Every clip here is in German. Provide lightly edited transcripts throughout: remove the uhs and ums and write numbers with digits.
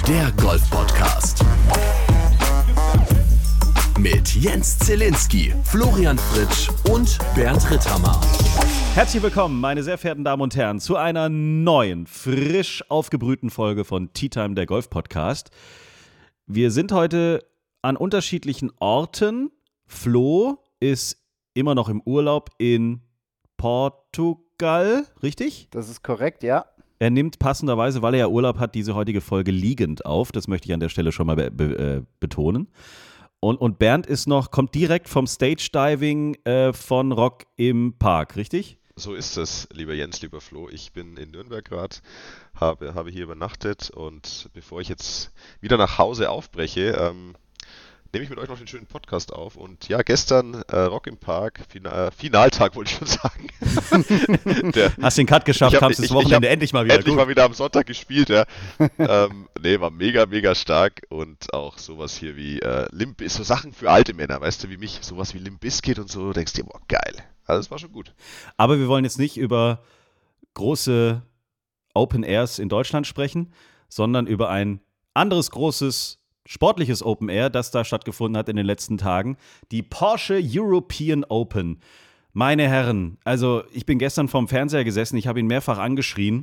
Der Golf-Podcast. Mit Jens Zielinski, Florian Fritsch und Bernd Ritthammer. Herzlich willkommen, meine sehr verehrten Damen und Herren, zu einer neuen, frisch aufgebrühten Folge von Tea Time, der Golf-Podcast. Wir sind heute an unterschiedlichen Orten. Flo ist immer noch im Urlaub in Portugal, richtig? Das ist korrekt, ja. Er nimmt passenderweise, weil er ja Urlaub hat, diese heutige Folge liegend auf. Das möchte ich an der Stelle schon mal betonen. Und Bernd kommt direkt vom Stage-Diving von Rock im Park, richtig? So ist es, lieber Jens, lieber Flo. Ich bin in Nürnberg gerade, habe hier übernachtet und bevor ich jetzt wieder nach Hause aufbreche, nehme ich mit euch noch den schönen Podcast auf. Und ja, gestern Rock im Park, Finaltag wollte ich schon sagen. Hast den Cut geschafft, kamst das Wochenende endlich mal wieder. Endlich mal wieder am Sonntag gespielt, ja. War mega, mega stark. Und auch sowas hier wie so Sachen für alte Männer, weißt du, wie mich, sowas wie Limp Bizkit und so, denkst dir, boah, geil. Also das war schon gut. Aber wir wollen jetzt nicht über große Open Airs in Deutschland sprechen, sondern über ein anderes großes sportliches Open Air, das da stattgefunden hat in den letzten Tagen. Die Porsche European Open. Meine Herren, also ich bin gestern vorm Fernseher gesessen, ich habe ihn mehrfach angeschrien.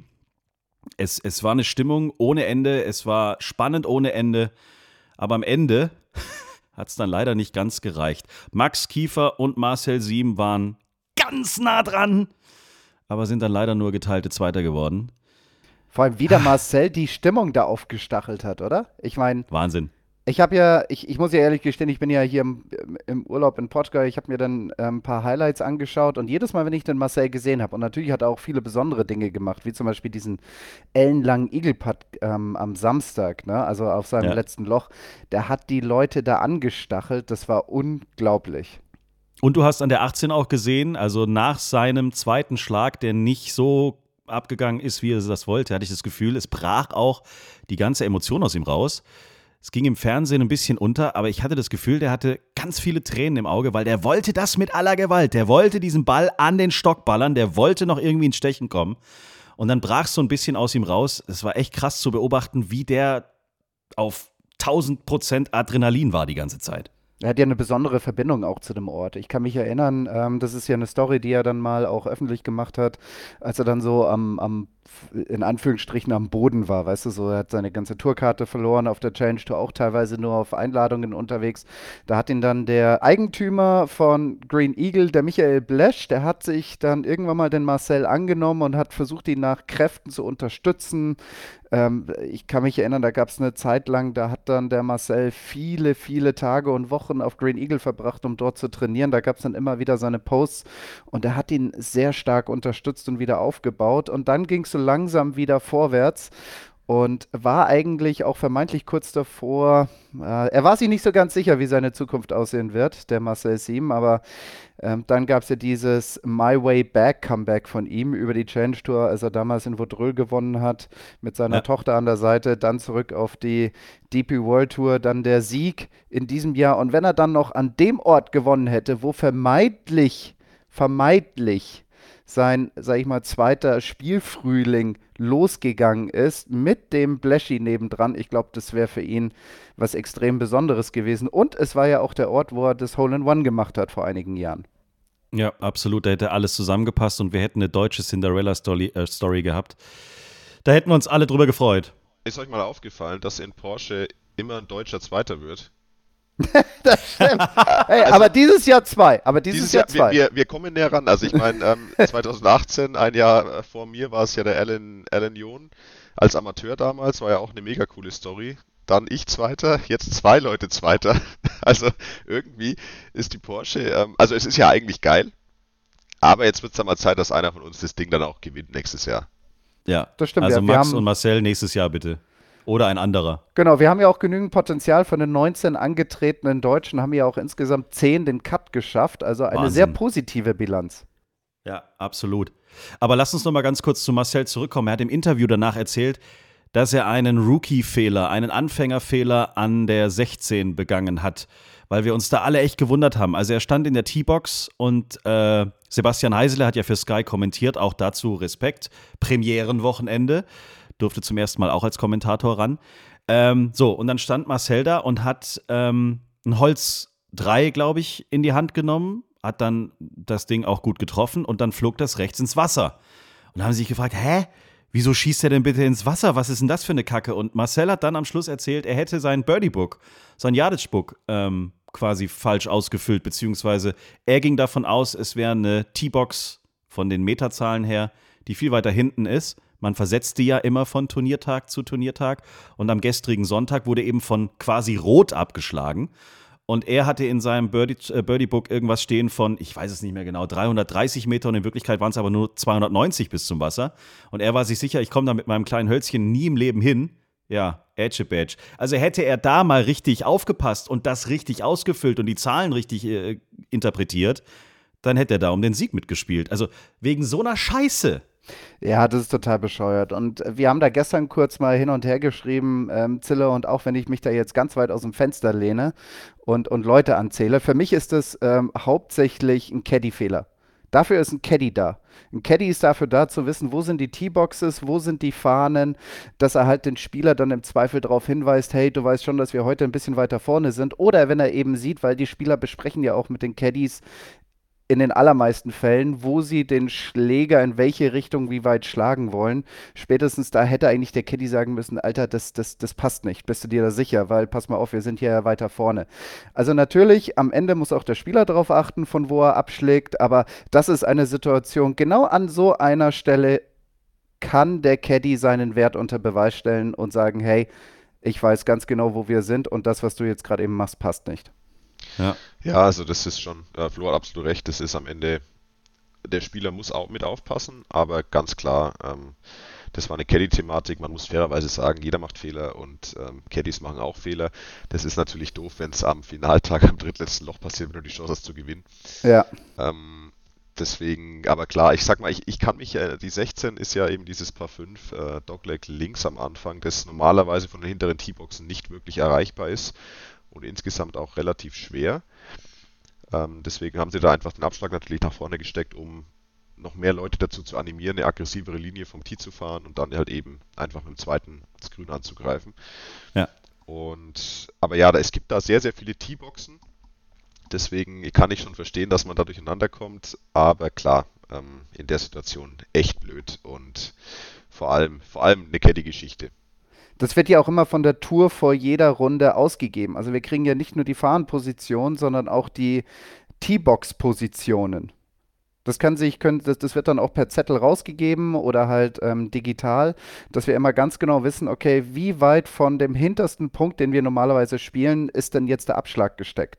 Es war eine Stimmung ohne Ende, es war spannend ohne Ende, aber am Ende hat es dann leider nicht ganz gereicht. Max Kiefer und Marcel Siem waren ganz nah dran, aber sind dann leider nur geteilte Zweiter geworden. Vor allem wieder Marcel die Stimmung da aufgestachelt hat, oder? Ich meine, Wahnsinn. Ich muss ja ehrlich gestehen, ich bin ja hier im Urlaub in Portugal, ich habe mir dann ein paar Highlights angeschaut und jedes Mal, wenn ich den Marcel gesehen habe, und natürlich hat er auch viele besondere Dinge gemacht, wie zum Beispiel diesen ellenlangen Eagle-Putt am Samstag, ne? Also auf seinem letzten Loch, der hat die Leute da angestachelt, das war unglaublich. Und du hast an der 18 auch gesehen, also nach seinem zweiten Schlag, der nicht so abgegangen ist, wie er das wollte, hatte ich das Gefühl, es brach auch die ganze Emotion aus ihm raus. Es ging im Fernsehen ein bisschen unter, aber ich hatte das Gefühl, der hatte ganz viele Tränen im Auge, weil der wollte das mit aller Gewalt. Der wollte diesen Ball an den Stock ballern, der wollte noch irgendwie ins Stechen kommen. Und dann brach es so ein bisschen aus ihm raus. Es war echt krass zu beobachten, wie der auf 1000% Adrenalin war die ganze Zeit. Er hat ja eine besondere Verbindung auch zu dem Ort. Ich kann mich erinnern, das ist ja eine Story, die er dann mal auch öffentlich gemacht hat, als er dann so in Anführungsstrichen am Boden war, weißt du, so, er hat seine ganze Tourkarte verloren, auf der Challenge Tour auch teilweise nur auf Einladungen unterwegs. Da hat ihn dann der Eigentümer von Green Eagle, der Michael Blesch, der hat sich dann irgendwann mal den Marcel angenommen und hat versucht, ihn nach Kräften zu unterstützen. Ich kann mich erinnern, da gab es eine Zeit lang, da hat dann der Marcel viele, viele Tage und Wochen auf Green Eagle verbracht, um dort zu trainieren. Da gab es dann immer wieder seine Posts und er hat ihn sehr stark unterstützt und wieder aufgebaut. Und dann ging es so langsam wieder vorwärts und war eigentlich auch vermeintlich kurz davor. Er war sich nicht so ganz sicher, wie seine Zukunft aussehen wird, der Marcel Siem, aber dann gab es ja dieses My Way Back Comeback von ihm über die Challenge Tour, als er damals in Vaudreuil gewonnen hat, mit seiner Tochter an der Seite, dann zurück auf die DP World Tour, dann der Sieg in diesem Jahr. Und wenn er dann noch an dem Ort gewonnen hätte, wo vermeintlich sein, sag ich mal, zweiter Spielfrühling losgegangen ist, mit dem Bleschi nebendran. Ich glaube, das wäre für ihn was extrem Besonderes gewesen. Und es war ja auch der Ort, wo er das Hole-in-One gemacht hat vor einigen Jahren. Ja, absolut. Da hätte alles zusammengepasst und wir hätten eine deutsche Cinderella-Story gehabt. Da hätten wir uns alle drüber gefreut. Ist euch mal aufgefallen, dass in Porsche immer ein Deutscher Zweiter wird? Das stimmt. Hey, also, aber dieses Jahr zwei. Wir kommen näher ran. Also ich meine, 2018, ein Jahr vor mir, war es ja der Alan John als Amateur damals, war ja auch eine mega coole Story. Dann ich Zweiter, jetzt zwei Leute Zweiter. Also irgendwie ist die Porsche, also es ist ja eigentlich geil, aber jetzt wird es dann mal Zeit, dass einer von uns das Ding dann auch gewinnt nächstes Jahr. Ja, das stimmt. Also Max und Marcel nächstes Jahr bitte. Oder ein anderer. Genau, wir haben ja auch genügend Potenzial. Von den 19 angetretenen Deutschen haben ja auch insgesamt 10 den Cut geschafft. Also eine sehr positive Bilanz. Ja, absolut. Aber lass uns noch mal ganz kurz zu Marcel zurückkommen. Er hat im Interview danach erzählt, dass er einen Rookie-Fehler, einen Anfängerfehler an der 16 begangen hat, weil wir uns da alle echt gewundert haben. Also er stand in der Teebox und Sebastian Heisele hat ja für Sky kommentiert, auch dazu Respekt. Premierenwochenende, durfte zum ersten Mal auch als Kommentator ran. So, und dann stand Marcel da und hat ein Holz 3, glaube ich, in die Hand genommen, hat dann das Ding auch gut getroffen und dann flog das rechts ins Wasser. Und da haben sie sich gefragt, wieso schießt er denn bitte ins Wasser? Was ist denn das für eine Kacke? Und Marcel hat dann am Schluss erzählt, er hätte sein Birdie-Book, sein Yardage-Book quasi falsch ausgefüllt, beziehungsweise er ging davon aus, es wäre eine Teebox von den Meterzahlen her, die viel weiter hinten ist. Man versetzt die ja immer von Turniertag zu Turniertag und am gestrigen Sonntag wurde eben von quasi rot abgeschlagen. Und er hatte in seinem Birdie-Book irgendwas stehen von, ich weiß es nicht mehr genau, 330 Meter und in Wirklichkeit waren es aber nur 290 bis zum Wasser. Und er war sich sicher, ich komme da mit meinem kleinen Hölzchen nie im Leben hin. Ja, Edge-Badge. Also hätte er da mal richtig aufgepasst und das richtig ausgefüllt und die Zahlen richtig interpretiert, dann hätte er da um den Sieg mitgespielt. Also wegen so einer Scheiße. Ja, das ist total bescheuert. Und wir haben da gestern kurz mal hin und her geschrieben, Zille, und auch wenn ich mich da jetzt ganz weit aus dem Fenster lehne und Leute anzähle, für mich ist das hauptsächlich ein Caddy-Fehler. Dafür ist ein Caddy da. Ein Caddy ist dafür da, zu wissen, wo sind die Teeboxes, wo sind die Fahnen, dass er halt den Spieler dann im Zweifel darauf hinweist, hey, du weißt schon, dass wir heute ein bisschen weiter vorne sind. Oder wenn er eben sieht, weil die Spieler besprechen ja auch mit den Caddies, in den allermeisten Fällen, wo sie den Schläger in welche Richtung wie weit schlagen wollen. Spätestens da hätte eigentlich der Caddy sagen müssen, Alter, das passt nicht. Bist du dir da sicher? Weil, pass mal auf, wir sind hier ja weiter vorne. Also natürlich, am Ende muss auch der Spieler darauf achten, von wo er abschlägt, aber das ist eine Situation, genau an so einer Stelle kann der Caddy seinen Wert unter Beweis stellen und sagen, hey, ich weiß ganz genau, wo wir sind und das, was du jetzt gerade eben machst, passt nicht. Ja, also das ist schon, Flo hat absolut recht, das ist am Ende, der Spieler muss auch mit aufpassen, aber ganz klar, das war eine Caddy-Thematik, man muss fairerweise sagen, jeder macht Fehler und Caddies machen auch Fehler. Das ist natürlich doof, wenn es am Finaltag am drittletzten Loch passiert, wenn du die Chance hast zu gewinnen. Ja. Deswegen, aber klar, ich sag mal, ich kann mich, die 16 ist ja eben dieses Par 5 Dogleg links am Anfang, das normalerweise von den hinteren Teeboxen nicht wirklich erreichbar ist. Und insgesamt auch relativ schwer. Deswegen haben sie da einfach den Abschlag natürlich nach vorne gesteckt, um noch mehr Leute dazu zu animieren, eine aggressivere Linie vom Tee zu fahren und dann halt eben einfach mit dem zweiten das Grün anzugreifen. Ja. Aber ja, es gibt da sehr, sehr viele Teeboxen. Deswegen kann ich schon verstehen, dass man da durcheinander kommt. Aber klar, in der Situation echt blöd und vor allem eine Caddy-Geschichte. Das wird ja auch immer von der Tour vor jeder Runde ausgegeben. Also wir kriegen ja nicht nur die Fahnenposition, sondern auch die Teebox-Positionen. Das wird dann auch per Zettel rausgegeben oder halt digital, dass wir immer ganz genau wissen, okay, wie weit von dem hintersten Punkt, den wir normalerweise spielen, ist denn jetzt der Abschlag gesteckt?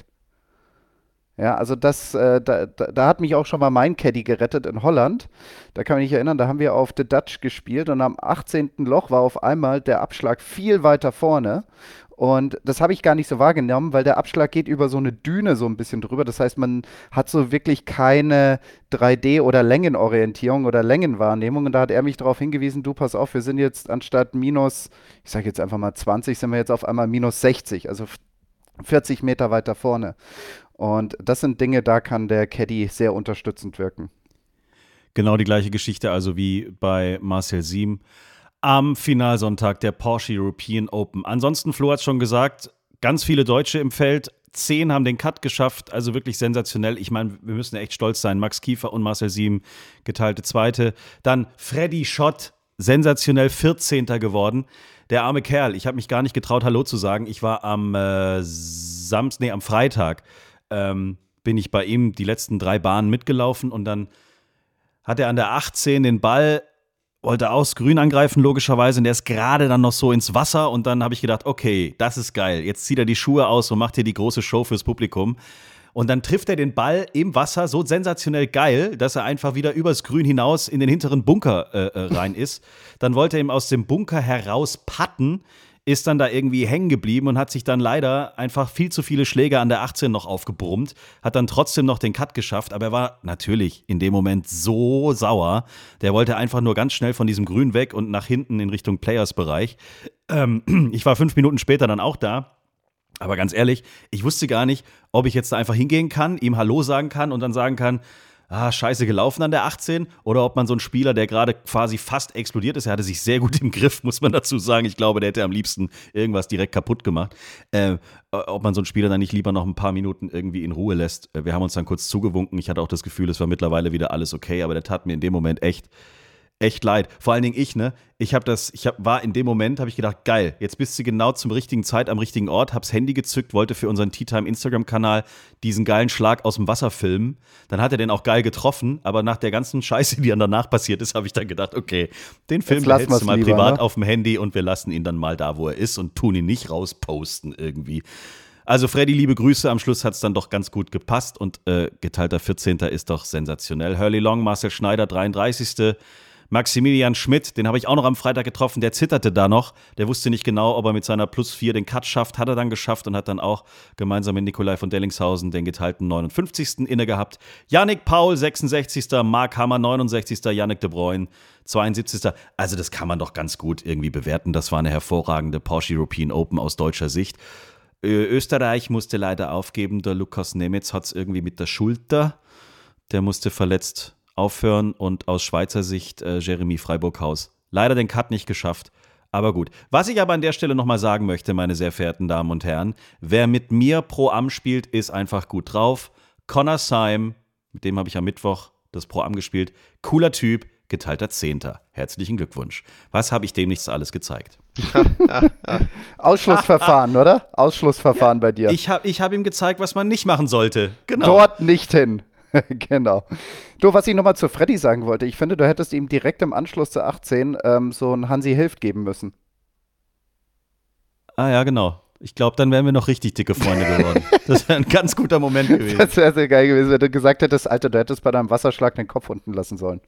Ja, also da hat mich auch schon mal mein Caddy gerettet in Holland. Da kann ich mich erinnern, da haben wir auf The Dutch gespielt und am 18. Loch war auf einmal der Abschlag viel weiter vorne. Und das habe ich gar nicht so wahrgenommen, weil der Abschlag geht über so eine Düne so ein bisschen drüber. Das heißt, man hat so wirklich keine 3D- oder Längenorientierung oder Längenwahrnehmung. Und da hat er mich darauf hingewiesen, du, pass auf, wir sind jetzt anstatt minus, ich sage jetzt einfach mal 20, sind wir jetzt auf einmal minus 60, also 40 Meter weiter vorne. Und das sind Dinge, da kann der Caddy sehr unterstützend wirken. Genau die gleiche Geschichte also wie bei Marcel Siem am Finalsonntag der Porsche European Open. Ansonsten, Flo hat es schon gesagt, ganz viele Deutsche im Feld. 10 haben den Cut geschafft, also wirklich sensationell. Ich meine, wir müssen echt stolz sein. Max Kiefer und Marcel Siem, geteilte Zweite. Dann Freddy Schott, sensationell 14. geworden. Der arme Kerl, ich habe mich gar nicht getraut, Hallo zu sagen. Ich war am Freitag bin ich bei ihm die letzten 3 Bahnen mitgelaufen und dann hat er an der 18 den Ball, wollte aufs Grün angreifen logischerweise und der ist gerade dann noch so ins Wasser und dann habe ich gedacht, okay, das ist geil, jetzt zieht er die Schuhe aus und macht hier die große Show fürs Publikum und dann trifft er den Ball im Wasser so sensationell geil, dass er einfach wieder übers Grün hinaus in den hinteren Bunker rein ist. Dann wollte er ihm aus dem Bunker heraus putten, ist dann da irgendwie hängen geblieben und hat sich dann leider einfach viel zu viele Schläge an der 18 noch aufgebrummt, hat dann trotzdem noch den Cut geschafft, aber er war natürlich in dem Moment so sauer. Der wollte einfach nur ganz schnell von diesem Grün weg und nach hinten in Richtung Players-Bereich. Ich war 5 Minuten später dann auch da, aber ganz ehrlich, ich wusste gar nicht, ob ich jetzt da einfach hingehen kann, ihm Hallo sagen kann und dann sagen kann, scheiße gelaufen an der 18, oder ob man so einen Spieler, der gerade quasi fast explodiert ist, er hatte sich sehr gut im Griff, muss man dazu sagen. Ich glaube, der hätte am liebsten irgendwas direkt kaputt gemacht. Ob man so einen Spieler dann nicht lieber noch ein paar Minuten irgendwie in Ruhe lässt. Wir haben uns dann kurz zugewunken. Ich hatte auch das Gefühl, es war mittlerweile wieder alles okay, aber der tat mir in dem Moment echt leid. Vor allen Dingen war in dem Moment, habe ich gedacht, geil, jetzt bist du genau zum richtigen Zeit am richtigen Ort, hab's Handy gezückt, wollte für unseren Tea Time Instagram-Kanal diesen geilen Schlag aus dem Wasser filmen. Dann hat er den auch geil getroffen, aber nach der ganzen Scheiße, die dann danach passiert ist, habe ich dann gedacht, okay, den Film behältst du mal lieber, privat, ne? Auf dem Handy, und wir lassen ihn dann mal da, wo er ist, und tun ihn nicht rausposten irgendwie. Also Freddy, liebe Grüße, am Schluss hat es dann doch ganz gut gepasst, und geteilter 14. ist doch sensationell. Hurley Long, Marcel Schneider, 33. Maximilian Schmidt, den habe ich auch noch am Freitag getroffen, der zitterte da noch, der wusste nicht genau, ob er mit seiner +4 den Cut schafft, hat er dann geschafft und hat dann auch gemeinsam mit Nikolai von Dellingshausen den geteilten 59. inne gehabt. Yannick Paul, 66. Mark Hammer, 69. Yannick de Bruyne, 72. Also das kann man doch ganz gut irgendwie bewerten, das war eine hervorragende Porsche European Open aus deutscher Sicht. Österreich musste leider aufgeben, der Lukas Nemetz hat es irgendwie mit der Schulter, der musste verletzt aufhören, und aus Schweizer Sicht Jeremy Freiburghaus leider den Cut nicht geschafft, aber gut. Was ich aber an der Stelle nochmal sagen möchte, meine sehr verehrten Damen und Herren, wer mit mir Pro-Am spielt, ist einfach gut drauf. Connor Syme, mit dem habe ich am Mittwoch das Pro-Am gespielt, cooler Typ, geteilter 10. Herzlichen Glückwunsch. Was habe ich dem nicht alles gezeigt? Ausschlussverfahren, oder? Ausschlussverfahren bei dir. Ich hab ihm gezeigt, was man nicht machen sollte. Genau. Dort nicht hin. Genau. Du, was ich nochmal zu Freddy sagen wollte, ich finde, du hättest ihm direkt im Anschluss zur 18 so ein Hansi Hilft geben müssen. Ah ja, genau. Ich glaube, dann wären wir noch richtig dicke Freunde geworden. Das wäre ein ganz guter Moment gewesen. Das wäre sehr geil gewesen, wenn du gesagt hättest, Alter, du hättest bei deinem Wasserschlag den Kopf unten lassen sollen.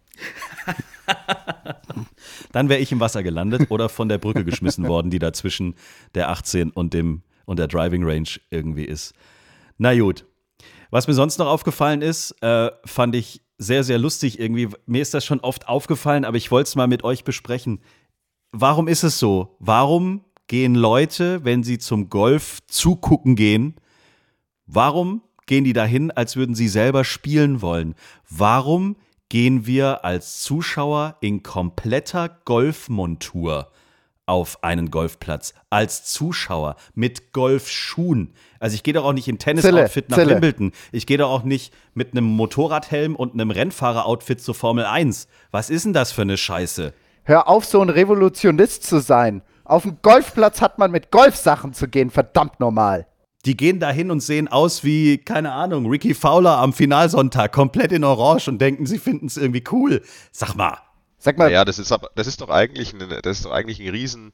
Dann wäre ich im Wasser gelandet oder von der Brücke geschmissen worden, die da zwischen der 18 und der Driving Range irgendwie ist. Na gut. Was mir sonst noch aufgefallen ist, fand ich sehr, sehr lustig irgendwie. Mir ist das schon oft aufgefallen, aber ich wollte es mal mit euch besprechen. Warum ist es so? Warum gehen Leute, wenn sie zum Golf zugucken gehen, warum gehen die dahin, als würden sie selber spielen wollen? Warum gehen wir als Zuschauer in kompletter Golfmontur auf einen Golfplatz? Als Zuschauer mit Golfschuhen. Also ich gehe doch auch nicht im Tennis-Outfit nach Wimbledon. Ich gehe doch auch nicht mit einem Motorradhelm und einem Rennfahrer-Outfit zur Formel 1. Was ist denn das für eine Scheiße? Hör auf, so ein Revolutionist zu sein. Auf dem Golfplatz hat man mit Golfsachen zu gehen, verdammt normal. Die gehen da hin und sehen aus wie, keine Ahnung, Ricky Fowler am Finalsonntag, komplett in Orange, und denken, sie finden es irgendwie cool. Sag mal. Ja, das ist doch eigentlich ein Riesen,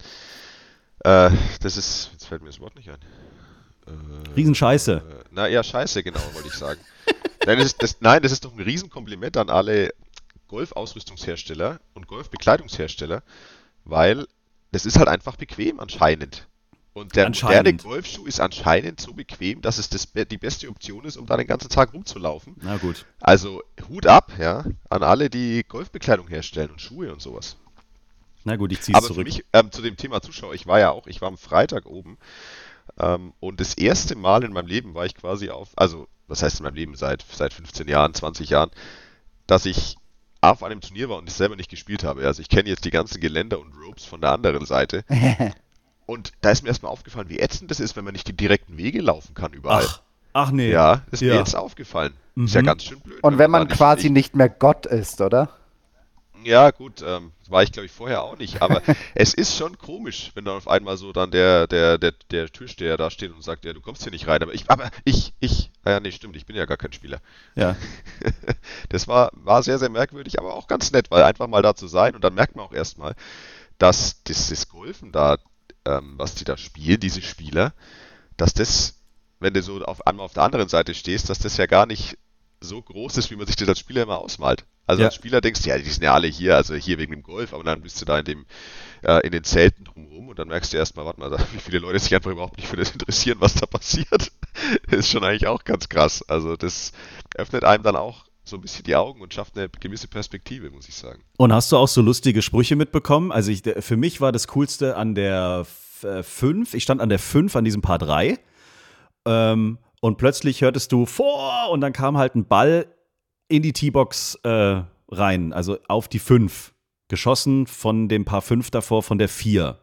jetzt fällt mir das Wort nicht ein. Riesenscheiße. Scheiße, genau, wollte ich sagen. Das ist doch ein Riesenkompliment an alle Golfausrüstungshersteller und Golfbekleidungshersteller, weil das ist halt einfach bequem anscheinend. Und der moderne Golfschuh ist anscheinend so bequem, dass es die beste Option ist, um da den ganzen Tag rumzulaufen. Na gut. Also Hut ab, ja, an alle, die Golfbekleidung herstellen und Schuhe und sowas. Na gut, ich ziehe es zurück. Aber für mich, zu dem Thema Zuschauer, ich war am Freitag oben, und das erste Mal in meinem Leben war ich quasi was heißt in meinem Leben, seit 15 Jahren, 20 Jahren, dass ich auf einem Turnier war und ich selber nicht gespielt habe. Also ich kenne jetzt die ganzen Geländer und Ropes von der anderen Seite. Und da ist mir erstmal aufgefallen, wie ätzend das ist, wenn man nicht die direkten Wege laufen kann überall. Ach nee. Ja, das ist mir jetzt aufgefallen. Ist ja ganz schön blöd. Und wenn man quasi nicht mehr Gott ist, oder? Ja, gut, war ich glaube ich vorher auch nicht, aber es ist schon komisch, wenn dann auf einmal so dann der Türsteher da steht und sagt, ja, du kommst hier nicht rein, nee, stimmt, ich bin ja gar kein Spieler. Ja. Das war sehr, sehr merkwürdig, aber auch ganz nett, weil einfach mal da zu sein, und dann merkt man auch erstmal, dass das Golfen da, was die da spielen, diese Spieler, dass das, wenn du so einmal auf der anderen Seite stehst, dass das ja gar nicht so groß ist, wie man sich das als Spieler immer ausmalt. Also als Spieler denkst du, ja, die sind ja alle hier, also hier wegen dem Golf, aber dann bist du da in den Zelten drumherum, und dann merkst du erstmal, warte mal, wie viele Leute sich einfach überhaupt nicht für das interessieren, was da passiert. Das ist schon eigentlich auch ganz krass. Also das öffnet einem dann auch so ein bisschen die Augen und schafft eine gewisse Perspektive, muss ich sagen. Und hast du auch so lustige Sprüche mitbekommen? Also für mich war das Coolste an der 5, ich stand an der 5 an diesem Paar 3, und plötzlich hörtest du vor, und dann kam halt ein Ball in die Teebox rein, also auf die 5. Geschossen von dem Paar 5 davor, von der 4.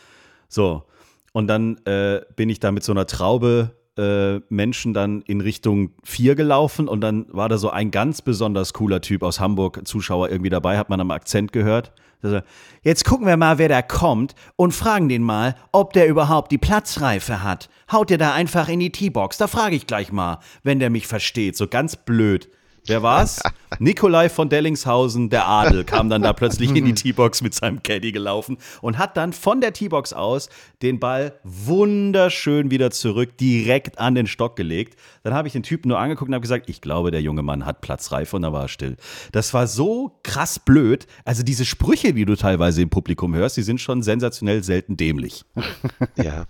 So, und dann bin ich da mit so einer Traube Menschen dann in Richtung 4 gelaufen und dann war da so ein ganz besonders cooler Typ aus Hamburg, Zuschauer irgendwie dabei, hat man am Akzent gehört. Jetzt gucken wir mal, wer da kommt und fragen den mal, ob der überhaupt die Platzreife hat. Haut der da einfach in die Teebox, da frage ich gleich mal, wenn der mich versteht, so ganz blöd. Wer war's? Nikolai von Dellingshausen, der Adel, kam dann da plötzlich in die Teebox mit seinem Caddy gelaufen und hat dann von der Teebox aus den Ball wunderschön wieder zurück, direkt an den Stock gelegt. Dann habe ich den Typen nur angeguckt und habe gesagt, ich glaube, der junge Mann hat Platzreife, und dann war er still. Das war so krass blöd. Also diese Sprüche, die du teilweise im Publikum hörst, die sind schon sensationell selten dämlich. Ja.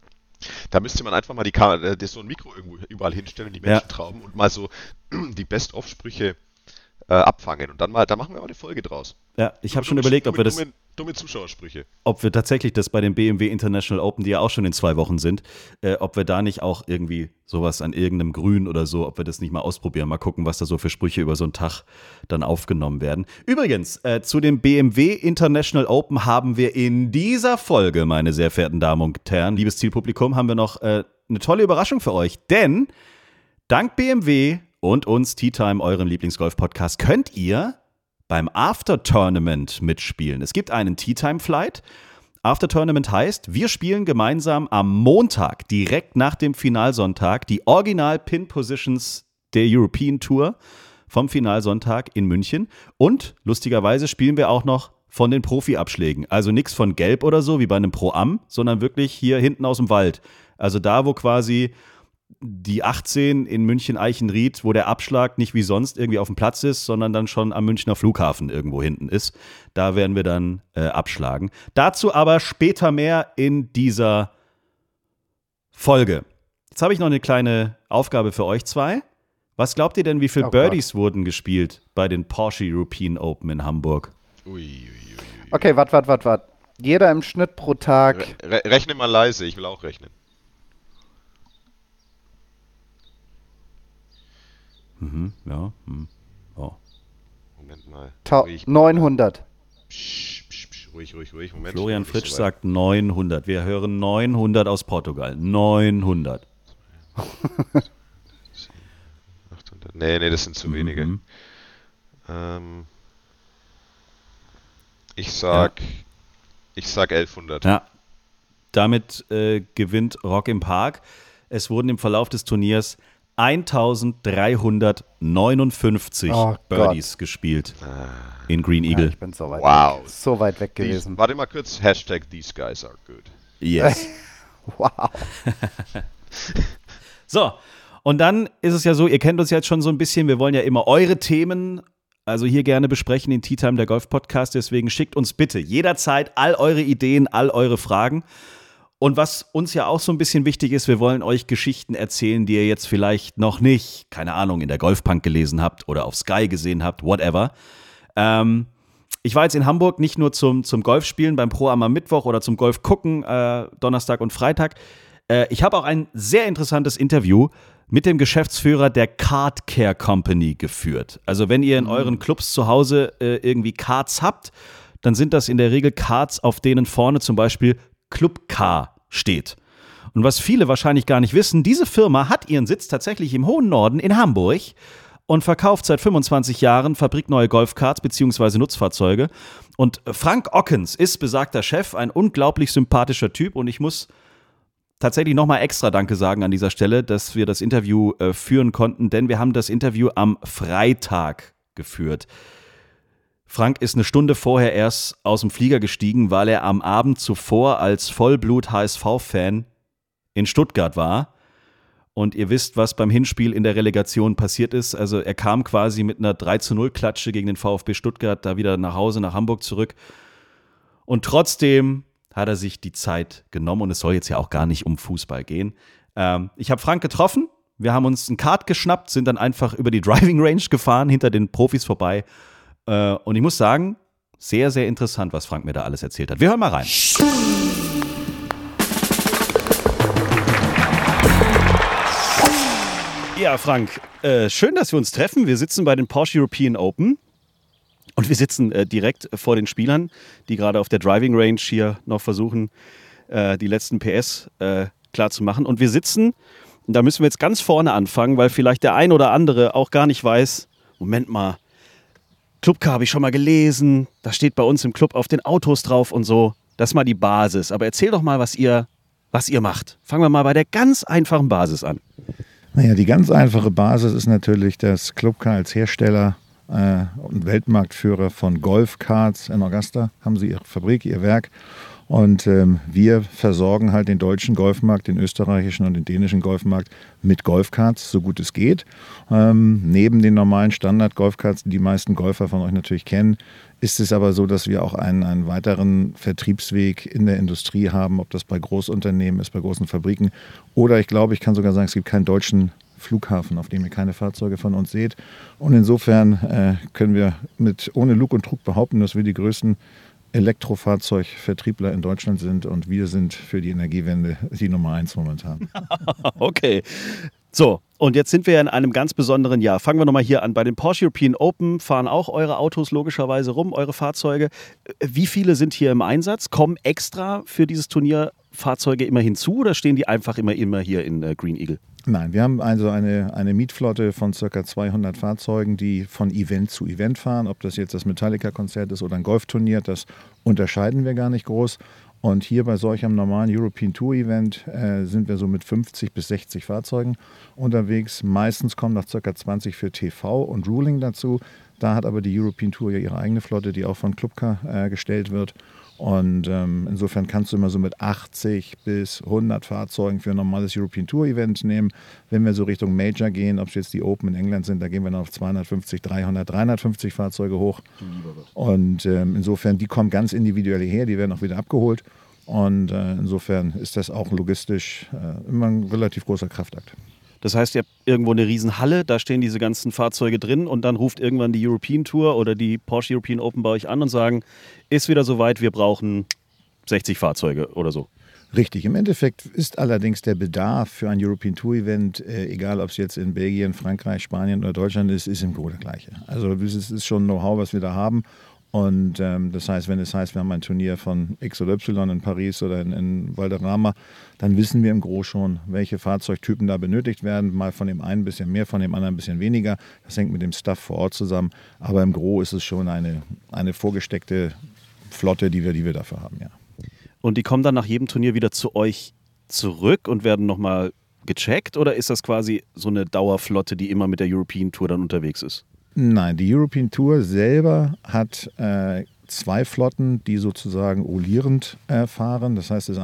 Da müsste man einfach mal so ein Mikro irgendwo überall hinstellen und die Menschen trauben und mal so die Best-of-Sprüche abfangen. Und dann machen wir mal eine Folge draus. Ja, ich habe schon überlegt, ob wir das. Dumme Zuschauersprüche. Ob wir tatsächlich das bei dem BMW International Open, die ja auch schon in 2 Wochen sind, ob wir da nicht auch irgendwie sowas an irgendeinem Grün oder so, ob wir das nicht mal ausprobieren, mal gucken, was da so für Sprüche über so einen Tag dann aufgenommen werden. Übrigens, zu dem BMW International Open haben wir in dieser Folge, meine sehr verehrten Damen und Herren, liebes Zielpublikum, haben wir noch eine tolle Überraschung für euch, denn dank BMW und uns Tea Time, eurem Lieblingsgolf-Podcast, könnt ihr beim After-Tournament mitspielen. Es gibt einen Tea-Time-Flight. After-Tournament heißt, wir spielen gemeinsam am Montag, direkt nach dem Finalsonntag, die Original-Pin-Positions der European Tour vom Finalsonntag in München. Und lustigerweise spielen wir auch noch von den Profi-Abschlägen. Also nichts von Gelb oder so, wie bei einem Pro-Am, sondern wirklich hier hinten aus dem Wald. Also da, wo quasi die 18 in München-Eichenried, wo der Abschlag nicht wie sonst irgendwie auf dem Platz ist, sondern dann schon am Münchner Flughafen irgendwo hinten ist. Da werden wir dann abschlagen. Dazu aber später mehr in dieser Folge. Jetzt habe ich noch eine kleine Aufgabe für euch zwei. Was glaubt ihr denn, wie viele Birdies wurden gespielt bei den Porsche European Open in Hamburg? Okay, warte. Jeder im Schnitt pro Tag. Rechne mal leise, ich will auch rechnen. Ja. Oh. Moment mal. 900. Ruhig. Moment. Florian Fritsch sagt 900. Wir hören 900 aus Portugal. 900. 800. Nee, das sind zu wenige. Ich sag 1100. Ja. Damit gewinnt Rock im Park. Es wurden im Verlauf des Turniers 1359 Birdies gespielt in Green Eagle. Ja, ich bin so weit weg gewesen. Warte mal kurz, Hashtag these guys are good. Yes. Wow. So, und dann ist es ja so, ihr kennt uns jetzt schon so ein bisschen, wir wollen ja immer eure Themen, also hier gerne besprechen in Tea Time, der Golf-Podcast, deswegen schickt uns bitte jederzeit all eure Ideen, all eure Fragen. Und was uns ja auch so ein bisschen wichtig ist, wir wollen euch Geschichten erzählen, die ihr jetzt vielleicht noch nicht, keine Ahnung, in der Golfpunk gelesen habt oder auf Sky gesehen habt, whatever. Ich war jetzt in Hamburg nicht nur zum Golfspielen beim Pro-Am am Mittwoch oder zum Golf gucken, Donnerstag und Freitag. Ich habe auch ein sehr interessantes Interview mit dem Geschäftsführer der Card Care Company geführt. Also wenn ihr in euren Clubs zu Hause irgendwie Cards habt, dann sind das in der Regel Cards, auf denen vorne zum Beispiel Club Car steht. Und was viele wahrscheinlich gar nicht wissen, diese Firma hat ihren Sitz tatsächlich im hohen Norden in Hamburg und verkauft seit 25 Jahren fabrikneue Golfkarts bzw. Nutzfahrzeuge. Und Frank Ockens ist besagter Chef, ein unglaublich sympathischer Typ, und ich muss tatsächlich nochmal extra Danke sagen an dieser Stelle, dass wir das Interview führen konnten, denn wir haben das Interview am Freitag geführt. Frank ist eine Stunde vorher erst aus dem Flieger gestiegen, weil er am Abend zuvor als Vollblut-HSV-Fan in Stuttgart war. Und ihr wisst, was beim Hinspiel in der Relegation passiert ist. Also er kam quasi mit einer 3-0-Klatsche gegen den VfB Stuttgart da wieder nach Hause, nach Hamburg zurück. Und trotzdem hat er sich die Zeit genommen, und es soll jetzt ja auch gar nicht um Fußball gehen. Ich habe Frank getroffen, wir haben uns ein Kart geschnappt, sind dann einfach über die Driving Range gefahren, hinter den Profis vorbei. Und ich muss sagen, sehr, sehr interessant, was Frank mir da alles erzählt hat. Wir hören mal rein. Ja, Frank, schön, dass wir uns treffen. Wir sitzen bei den Porsche European Open und wir sitzen direkt vor den Spielern, die gerade auf der Driving Range hier noch versuchen, die letzten PS klar zu machen. Und wir sitzen, da müssen wir jetzt ganz vorne anfangen, weil vielleicht der ein oder andere auch gar nicht weiß, Moment mal, Clubcar habe ich schon mal gelesen, das steht bei uns im Club auf den Autos drauf und so. Das ist mal die Basis. Aber erzähl doch mal, was ihr macht. Fangen wir mal bei der ganz einfachen Basis an. Naja, die ganz einfache Basis ist natürlich, dass Clubcar als Hersteller und Weltmarktführer von Golfkarts in Augusta haben sie ihre Fabrik, ihr Werk. Und wir versorgen halt den deutschen Golfmarkt, den österreichischen und den dänischen Golfmarkt mit Golfkarts, so gut es geht. Neben den normalen Standard-Golfkarts, die die meisten Golfer von euch natürlich kennen, ist es aber so, dass wir auch einen weiteren Vertriebsweg in der Industrie haben, ob das bei Großunternehmen ist, bei großen Fabriken. Oder ich glaube, ich kann sogar sagen, es gibt keinen deutschen Flughafen, auf dem ihr keine Fahrzeuge von uns seht. Und insofern können wir ohne Lug und Trug behaupten, dass wir die größten Elektrofahrzeugvertriebler in Deutschland sind und wir sind für die Energiewende die Nummer 1 momentan. Okay. So, und jetzt sind wir ja in einem ganz besonderen Jahr. Fangen wir nochmal hier an. Bei den Porsche European Open fahren auch eure Autos logischerweise rum, eure Fahrzeuge. Wie viele sind hier im Einsatz? Kommen extra für dieses Turnier Fahrzeuge immer hinzu oder stehen die einfach immer hier in Green Eagle? Nein, wir haben also eine Mietflotte von ca. 200 Fahrzeugen, die von Event zu Event fahren. Ob das jetzt das Metallica-Konzert ist oder ein Golfturnier, das unterscheiden wir gar nicht groß. Und hier bei solch einem normalen European Tour Event sind wir so mit 50 bis 60 Fahrzeugen unterwegs. Meistens kommen noch ca. 20 für TV und Ruling dazu. Da hat aber die European Tour ja ihre eigene Flotte, die auch von Clubcar gestellt wird. Und insofern kannst du immer so mit 80 bis 100 Fahrzeugen für ein normales European Tour Event nehmen. Wenn wir so Richtung Major gehen, ob es jetzt die Open in England sind, da gehen wir dann auf 250, 300, 350 Fahrzeuge hoch. Und insofern, die kommen ganz individuell her, die werden auch wieder abgeholt. Und insofern ist das auch logistisch immer ein relativ großer Kraftakt. Das heißt, ihr habt irgendwo eine Riesenhalle, da stehen diese ganzen Fahrzeuge drin und dann ruft irgendwann die European Tour oder die Porsche European Open bei euch an und sagen, ist wieder soweit, wir brauchen 60 Fahrzeuge oder so. Richtig, im Endeffekt ist allerdings der Bedarf für ein European Tour Event, egal ob es jetzt in Belgien, Frankreich, Spanien oder Deutschland ist im Grunde der gleiche. Also das ist schon Know-how, was wir da haben. Und das heißt, wenn es heißt, wir haben ein Turnier von X oder Y in Paris oder in Valderrama, dann wissen wir im Gros schon, welche Fahrzeugtypen da benötigt werden. Mal von dem einen ein bisschen mehr, von dem anderen ein bisschen weniger. Das hängt mit dem Stuff vor Ort zusammen. Aber im Gros ist es schon eine vorgesteckte Flotte, die wir dafür haben, ja. Und die kommen dann nach jedem Turnier wieder zu euch zurück und werden nochmal gecheckt? Oder ist das quasi so eine Dauerflotte, die immer mit der European Tour dann unterwegs ist? Nein, die European Tour selber hat zwei Flotten, die sozusagen rollierend fahren. Das heißt,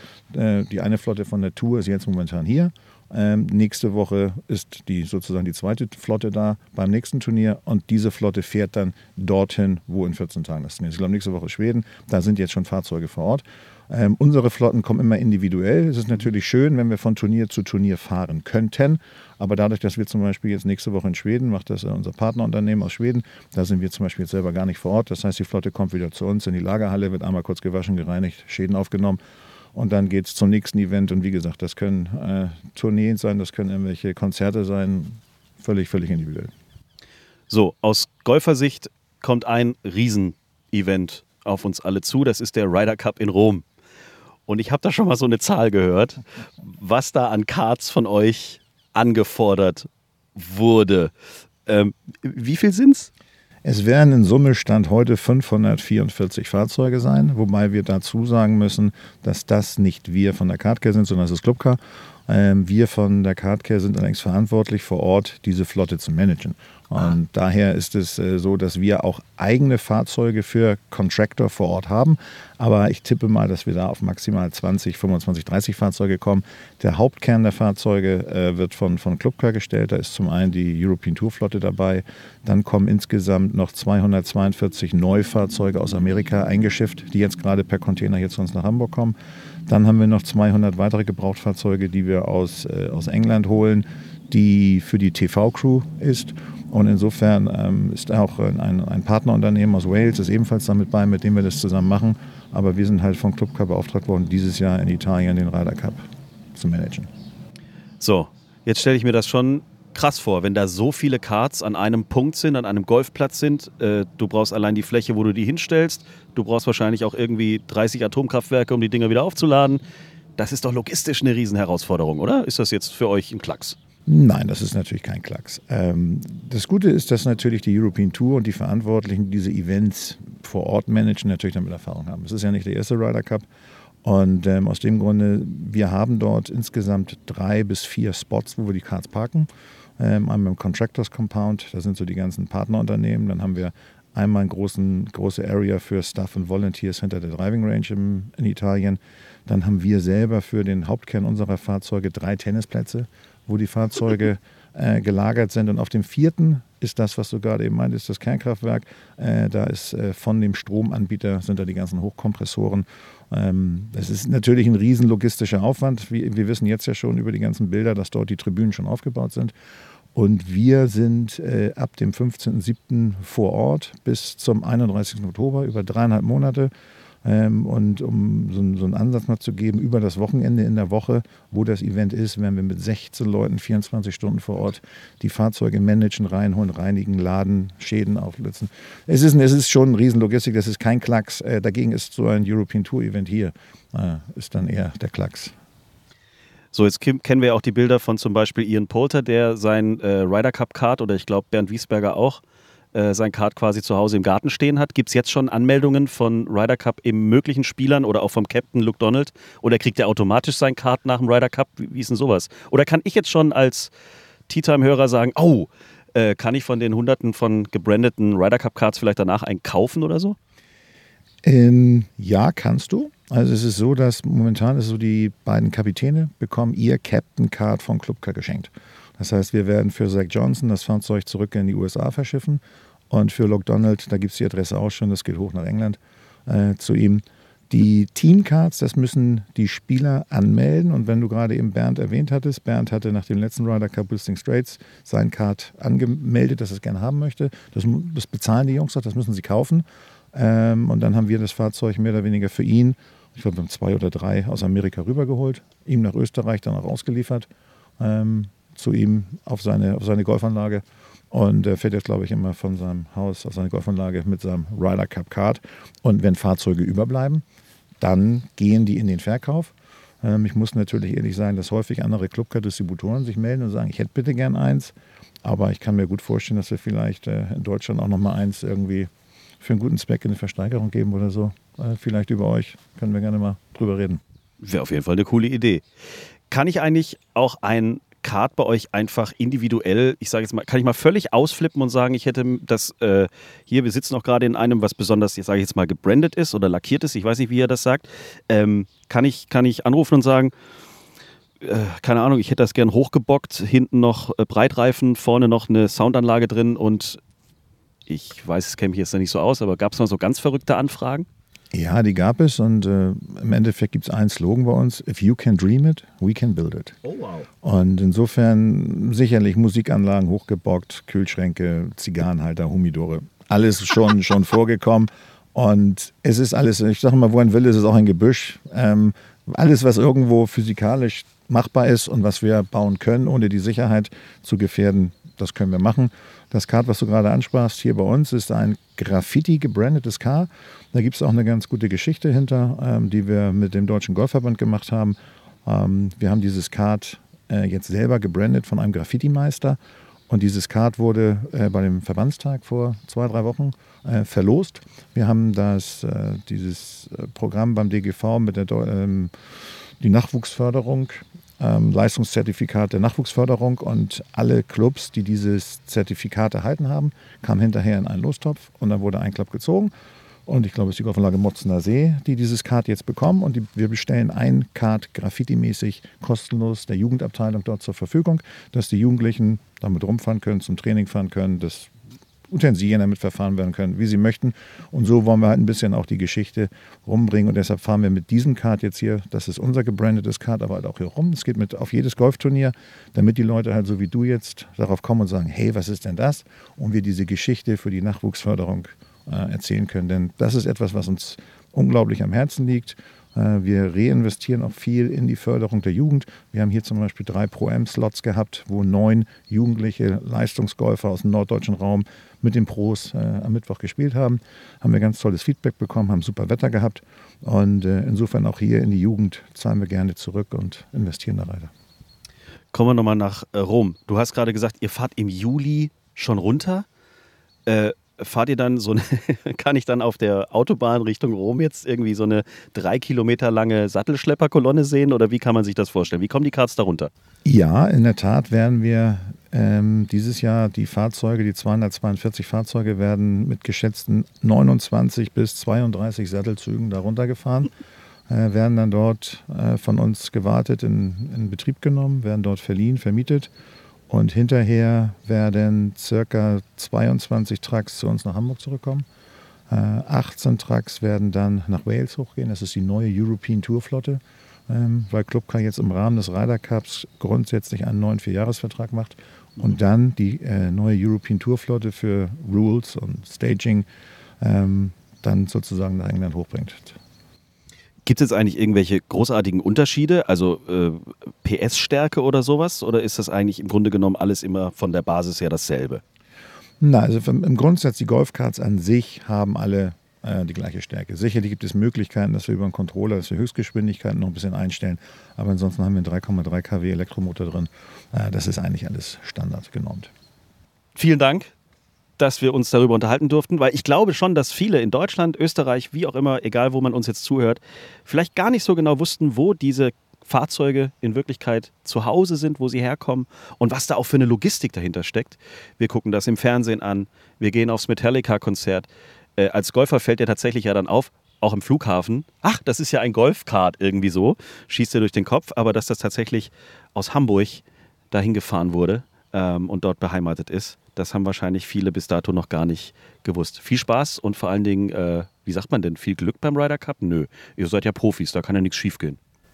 die eine Flotte von der Tour ist jetzt momentan hier. Nächste Woche ist sozusagen die zweite Flotte da beim nächsten Turnier und diese Flotte fährt dann dorthin, wo in 14 Tagen das Turnier ist. Ich glaube, nächste Woche Schweden, da sind jetzt schon Fahrzeuge vor Ort. Unsere Flotten kommen immer individuell. Es ist natürlich schön, wenn wir von Turnier zu Turnier fahren könnten, aber dadurch, dass wir zum Beispiel jetzt nächste Woche in Schweden, macht das unser Partnerunternehmen aus Schweden, da sind wir zum Beispiel jetzt selber gar nicht vor Ort. Das heißt, die Flotte kommt wieder zu uns in die Lagerhalle, wird einmal kurz gewaschen, gereinigt, Schäden aufgenommen. Und dann geht es zum nächsten Event. Und wie gesagt, das können Tourneen sein, das können irgendwelche Konzerte sein. Völlig individuell. So, aus Golfersicht kommt ein Riesenevent auf uns alle zu. Das ist der Ryder Cup in Rom. Und ich habe da schon mal so eine Zahl gehört, was da an Karts von euch angefordert wurde. Wie viel sind's? Es werden in Summe Stand heute 544 Fahrzeuge sein, wobei wir dazu sagen müssen, dass das nicht wir von der Kartcare sind, sondern das ist Clubcar. Wir von der Kartcare sind allerdings verantwortlich, vor Ort diese Flotte zu managen. Und daher ist es so, dass wir auch eigene Fahrzeuge für Contractor vor Ort haben. Aber ich tippe mal, dass wir da auf maximal 20, 25, 30 Fahrzeuge kommen. Der Hauptkern der Fahrzeuge wird von Clubcar gestellt. Da ist zum einen die European Tour Flotte dabei. Dann kommen insgesamt noch 242 Neufahrzeuge aus Amerika eingeschifft, die jetzt gerade per Container hier zu uns nach Hamburg kommen. Dann haben wir noch 200 weitere Gebrauchtfahrzeuge, die wir aus England holen, die für die TV-Crew ist. Und insofern ist auch ein Partnerunternehmen aus Wales, ist ebenfalls damit bei, mit dem wir das zusammen machen. Aber wir sind halt von Clubcar beauftragt worden, dieses Jahr in Italien den Ryder Cup zu managen. So, jetzt stelle ich mir das schon krass vor, wenn da so viele Karts an einem Punkt sind, an einem Golfplatz sind. Du brauchst allein die Fläche, wo du die hinstellst. Du brauchst wahrscheinlich auch irgendwie 30 Atomkraftwerke, um die Dinger wieder aufzuladen. Das ist doch logistisch eine Riesenherausforderung, oder? Ist das jetzt für euch ein Klacks? Nein, das ist natürlich kein Klacks. Das Gute ist, dass natürlich die European Tour und die Verantwortlichen, die diese Events vor Ort managen, natürlich damit Erfahrung haben. Es ist ja nicht der erste Ryder Cup. Und aus dem Grunde, wir haben dort insgesamt 3 bis 4 Spots, wo wir die Karts parken. Einmal im Contractors Compound, da sind so die ganzen Partnerunternehmen. Dann haben wir einmal eine große Area für Staff und Volunteers hinter der Driving Range in Italien. Dann haben wir selber für den Hauptkern unserer Fahrzeuge 3 Tennisplätze, wo die Fahrzeuge gelagert sind. Und auf dem 4. ist das, was du gerade eben meintest, das Kernkraftwerk. Da ist von dem Stromanbieter sind da die ganzen Hochkompressoren. Das ist natürlich ein riesen logistischer Aufwand. Wir wissen jetzt ja schon über die ganzen Bilder, dass dort die Tribünen schon aufgebaut sind. Und wir sind ab dem 15.07. vor Ort bis zum 31. Oktober über 3,5 Monate. Und um so einen Ansatz mal zu geben, über das Wochenende in der Woche, wo das Event ist, werden wir mit 16 Leuten 24 Stunden vor Ort die Fahrzeuge managen, reinholen, reinigen, laden, Schäden aufblitzen. Es ist schon eine Riesenlogistik, das ist kein Klacks. Dagegen ist so ein European Tour Event hier, ist dann eher der Klacks. So, jetzt kennen wir auch die Bilder von zum Beispiel Ian Poulter, der sein Ryder Cup Kart, oder ich glaube Bernd Wiesberger auch, sein Kart quasi zu Hause im Garten stehen hat. Gibt es jetzt schon Anmeldungen von Ryder Cup eben möglichen Spielern oder auch vom Captain Luke Donald? Oder kriegt er automatisch sein Kart nach dem Ryder Cup? Wie ist denn sowas? Oder kann ich jetzt schon als Tea-Time-Hörer sagen, kann ich von den Hunderten von gebrandeten Ryder Cup Karts vielleicht danach einen kaufen oder so? Ja, kannst du. Also es ist so, dass momentan ist so, die beiden Kapitäne bekommen ihr Captain Card von Clubcar geschenkt. Das heißt, wir werden für Zach Johnson das Fahrzeug zurück in die USA verschiffen und für Luke Donald, da gibt es die Adresse auch schon, das geht hoch nach England zu ihm. Die Teamcards, das müssen die Spieler anmelden und wenn du gerade eben Bernd erwähnt hattest, Bernd hatte nach dem letzten Ryder Cup Whistling Straits sein Card angemeldet, dass er es gerne haben möchte. Das bezahlen die Jungs doch, das müssen sie kaufen. Und dann haben wir das Fahrzeug mehr oder weniger für ihn, ich glaube, wir haben 2 oder 3 aus Amerika rübergeholt, ihm nach Österreich dann auch ausgeliefert. Zu ihm auf seine Golfanlage und er fährt jetzt, glaube ich, immer von seinem Haus auf seine Golfanlage mit seinem Ryder Cup Card. Und wenn Fahrzeuge überbleiben, dann gehen die in den Verkauf. Ich muss natürlich ehrlich sagen, dass häufig andere Clubcar-Distributoren sich melden und sagen, ich hätte bitte gern eins, aber ich kann mir gut vorstellen, dass wir vielleicht in Deutschland auch noch mal eins irgendwie für einen guten Zweck in eine Versteigerung geben oder so. Vielleicht über euch, können wir gerne mal drüber reden. Wäre auf jeden Fall eine coole Idee. Kann ich eigentlich auch ein Kart bei euch einfach individuell, ich sage jetzt mal, kann ich mal völlig ausflippen und sagen, ich hätte das hier, wir sitzen auch gerade in einem, was besonders, sage ich jetzt mal, gebrandet ist oder lackiert ist, ich weiß nicht, wie ihr das sagt, kann ich anrufen und sagen, keine Ahnung, ich hätte das gern hochgebockt, hinten noch Breitreifen, vorne noch eine Soundanlage drin und ich weiß, es käme mich jetzt nicht so aus, aber gab es mal so ganz verrückte Anfragen? Ja, die gab es und im Endeffekt gibt es einen Slogan bei uns, if you can dream it, we can build it. Oh wow. Und insofern sicherlich Musikanlagen hochgebockt, Kühlschränke, Zigarrenhalter, Humidore, alles schon vorgekommen und es ist alles, ich sage mal, wo ein Wille ist, ist auch ein Gebüsch. Alles, was irgendwo physikalisch machbar ist und was wir bauen können, ohne die Sicherheit zu gefährden, das können wir machen. Das Kart, was du gerade ansprachst, hier bei uns, ist ein Graffiti-gebrandetes Kart. Da gibt es auch eine ganz gute Geschichte hinter, die wir mit dem Deutschen Golfverband gemacht haben. Wir haben dieses Kart jetzt selber gebrandet von einem Graffiti-Meister. Und dieses Kart wurde bei dem Verbandstag vor 2-3 Wochen verlost. Wir haben dieses Programm beim DGV mit die Nachwuchsförderung, Leistungszertifikat der Nachwuchsförderung und alle Clubs, die dieses Zertifikat erhalten haben, kamen hinterher in einen Lostopf und dann wurde ein Club gezogen. Und ich glaube, es ist die Golfanlage Motzener See, die dieses Kart jetzt bekommen. Und wir bestellen ein Kart graffiti-mäßig kostenlos der Jugendabteilung dort zur Verfügung, dass die Jugendlichen damit rumfahren können, zum Training fahren können, dass Utensilien damit verfahren werden können, wie sie möchten. Und so wollen wir halt ein bisschen auch die Geschichte rumbringen. Und deshalb fahren wir mit diesem Kart jetzt hier, das ist unser gebrandetes Kart, aber halt auch hier rum. Es geht mit auf jedes Golfturnier, damit die Leute halt so wie du jetzt darauf kommen und sagen, hey, was ist denn das? Und wir diese Geschichte für die Nachwuchsförderung erzählen können. Denn das ist etwas, was uns unglaublich am Herzen liegt. Wir reinvestieren auch viel in die Förderung der Jugend. Wir haben hier zum Beispiel 3 Pro-Am-Slots gehabt, wo 9 jugendliche Leistungsgolfer aus dem norddeutschen Raum mit den Pros am Mittwoch gespielt haben. Haben wir ganz tolles Feedback bekommen, haben super Wetter gehabt. Und insofern auch hier in die Jugend zahlen wir gerne zurück und investieren da weiter. Kommen wir nochmal nach Rom. Du hast gerade gesagt, ihr fahrt im Juli schon runter. Fahrt ihr dann kann ich dann auf der Autobahn Richtung Rom jetzt irgendwie so eine 3 Kilometer lange Sattelschlepperkolonne sehen oder wie kann man sich das vorstellen? Wie kommen die Karts da runter? Ja, in der Tat werden wir dieses Jahr die 242 Fahrzeuge werden mit geschätzten 29 bis 32 Sattelzügen da runtergefahren, werden dann dort von uns gewartet, in Betrieb genommen, werden dort verliehen, vermietet. Und hinterher werden circa 22 Trucks zu uns nach Hamburg zurückkommen. 18 Trucks werden dann nach Wales hochgehen. Das ist die neue European Tour Flotte, weil Clubcar jetzt im Rahmen des Ryder Cups grundsätzlich einen neuen 4-Jahres-Vertrag macht und dann die neue European Tour Flotte für Rules und Staging dann sozusagen nach England hochbringt. Gibt es jetzt eigentlich irgendwelche großartigen Unterschiede, also PS-Stärke oder sowas? Oder ist das eigentlich im Grunde genommen alles immer von der Basis her dasselbe? Na, also im Grundsatz, die Golfkarts an sich haben alle die gleiche Stärke. Sicherlich gibt es Möglichkeiten, dass wir über einen Controller, dass wir Höchstgeschwindigkeiten noch ein bisschen einstellen. Aber ansonsten haben wir einen 3,3 kW Elektromotor drin. Das ist eigentlich alles Standard genormt. Vielen Dank, dass wir uns darüber unterhalten durften, weil ich glaube schon, dass viele in Deutschland, Österreich, wie auch immer, egal wo man uns jetzt zuhört, vielleicht gar nicht so genau wussten, wo diese Fahrzeuge in Wirklichkeit zu Hause sind, wo sie herkommen und was da auch für eine Logistik dahinter steckt. Wir gucken das im Fernsehen an, wir gehen aufs Metallica-Konzert. Als Golfer fällt dir tatsächlich ja dann auf, auch im Flughafen, ach, das ist ja ein Golfkart irgendwie so, schießt dir durch den Kopf, aber dass das tatsächlich aus Hamburg dahin gefahren wurde und dort beheimatet ist, das haben wahrscheinlich viele bis dato noch gar nicht gewusst. Viel Spaß und vor allen Dingen, wie sagt man denn, viel Glück beim Ryder Cup? Nö, ihr seid ja Profis, da kann ja nichts schief gehen.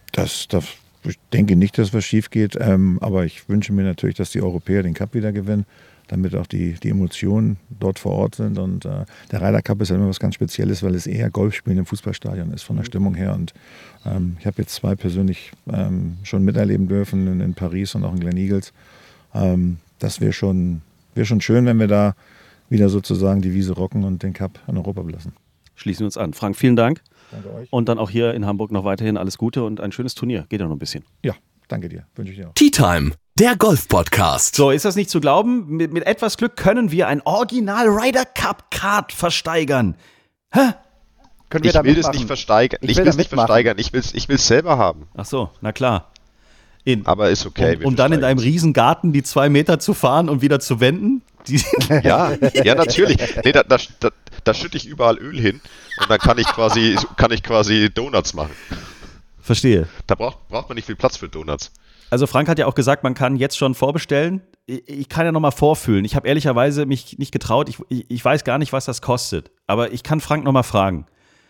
Ich denke nicht, dass was schief geht, aber ich wünsche mir natürlich, dass die Europäer den Cup wieder gewinnen, damit auch die Emotionen dort vor Ort sind. Und der Ryder Cup ist ja immer was ganz Spezielles, weil es eher Golfspielen im Fußballstadion ist, von der Stimmung her. Und ich habe jetzt 2 persönlich schon miterleben dürfen in Paris und auch in Gleneagles. Das wäre schon schön, wenn wir da wieder sozusagen die Wiese rocken und den Cup in Europa belassen. Schließen wir uns an. Frank, vielen Dank. Danke euch. Und dann auch hier in Hamburg noch weiterhin alles Gute und ein schönes Turnier. Geht ja noch ein bisschen. Ja, danke dir. Wünsche ich dir auch. Tea Time, der Golf-Podcast. So, ist das nicht zu glauben? Mit etwas Glück können wir ein Original Ryder Cup Kart versteigern. Hä? Können wir Ich da will das mitmachen? nicht versteigern. Ich Ich will will da es nicht mitmachen. versteigern. Ich will es selber haben. Ach so, na klar. Aber ist okay. wir Um dann in versteigern einem riesen Garten die 2 Meter zu fahren und wieder zu wenden? Ja, natürlich. Nee, da schütte ich überall Öl hin und dann kann ich quasi Donuts machen. Verstehe. Da braucht man nicht viel Platz für Donuts. Also Frank hat ja auch gesagt, man kann jetzt schon vorbestellen. Ich kann ja nochmal vorfühlen. Ich habe ehrlicherweise mich nicht getraut. Ich weiß gar nicht, was das kostet. Aber ich kann Frank nochmal fragen.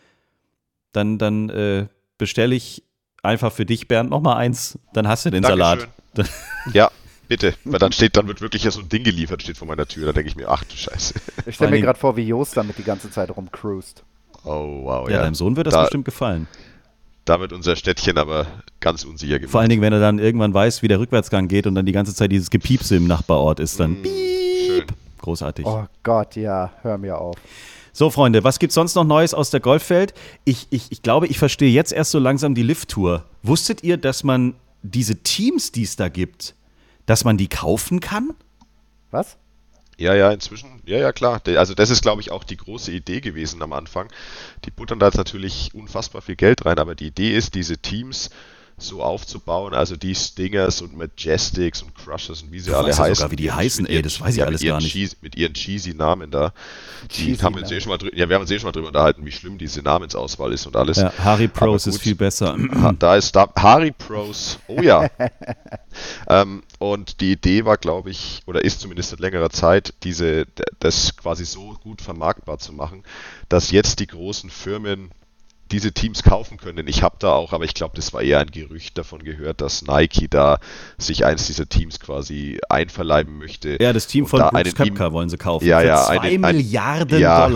Dann bestelle ich einfach für dich, Bernd, nochmal eins. Dann hast du den Dankeschön. Salat. Ja, bitte. Weil dann wird wirklich so ein Ding geliefert, steht vor meiner Tür. Da denke ich mir, ach du Scheiße. Ich stelle mir Vor gerade vor, wie Jost damit die ganze Zeit rumcruist. Oh, wow, Ja, ja. deinem Sohn wird das Da- bestimmt gefallen. Da wird unser Städtchen aber ganz unsicher gemacht. Vor allen Dingen, wenn er dann irgendwann weiß, wie der Rückwärtsgang geht und dann die ganze Zeit dieses Gepiepse im Nachbarort ist, dann Schön. großartig. Oh Gott, ja, hör mir auf. So, Freunde, was gibt's sonst noch Neues aus der Golfwelt? Ich glaube, ich verstehe jetzt erst so langsam die Lift-Tour. Wusstet ihr, dass man diese Teams, die es da gibt, dass man die kaufen kann? Was? Ja, inzwischen. Ja, klar. Also das ist, glaube ich, auch die große Idee gewesen am Anfang. Die buttern da jetzt natürlich unfassbar viel Geld rein, aber die Idee ist, diese Teams so aufzubauen, also die Stingers und Majestics und Crushers und wie sie Du alle weißt ja heißen. sogar, wie die heißen, ey, das weiß ich alles gar nicht. Mit ihren cheesy Namen da. Cheesy Wir haben uns schon mal drüber unterhalten, wie schlimm diese Namensauswahl ist und alles. Ja, Harry Pros Aber ist gut. viel besser. Da ist Harry Pros, oh ja. Und die Idee war, glaube ich, oder ist zumindest seit längerer Zeit, das quasi so gut vermarktbar zu machen, dass jetzt die großen Firmen diese Teams kaufen können. Ich habe da auch, aber ich glaube, das war eher ein Gerücht davon gehört, dass Nike da sich eins dieser Teams quasi einverleiben möchte. Ja, das Team Und von da Brooks einen Koepka wollen sie kaufen. Ja, für ja, 2 ein- Milliarden ja. Dollar.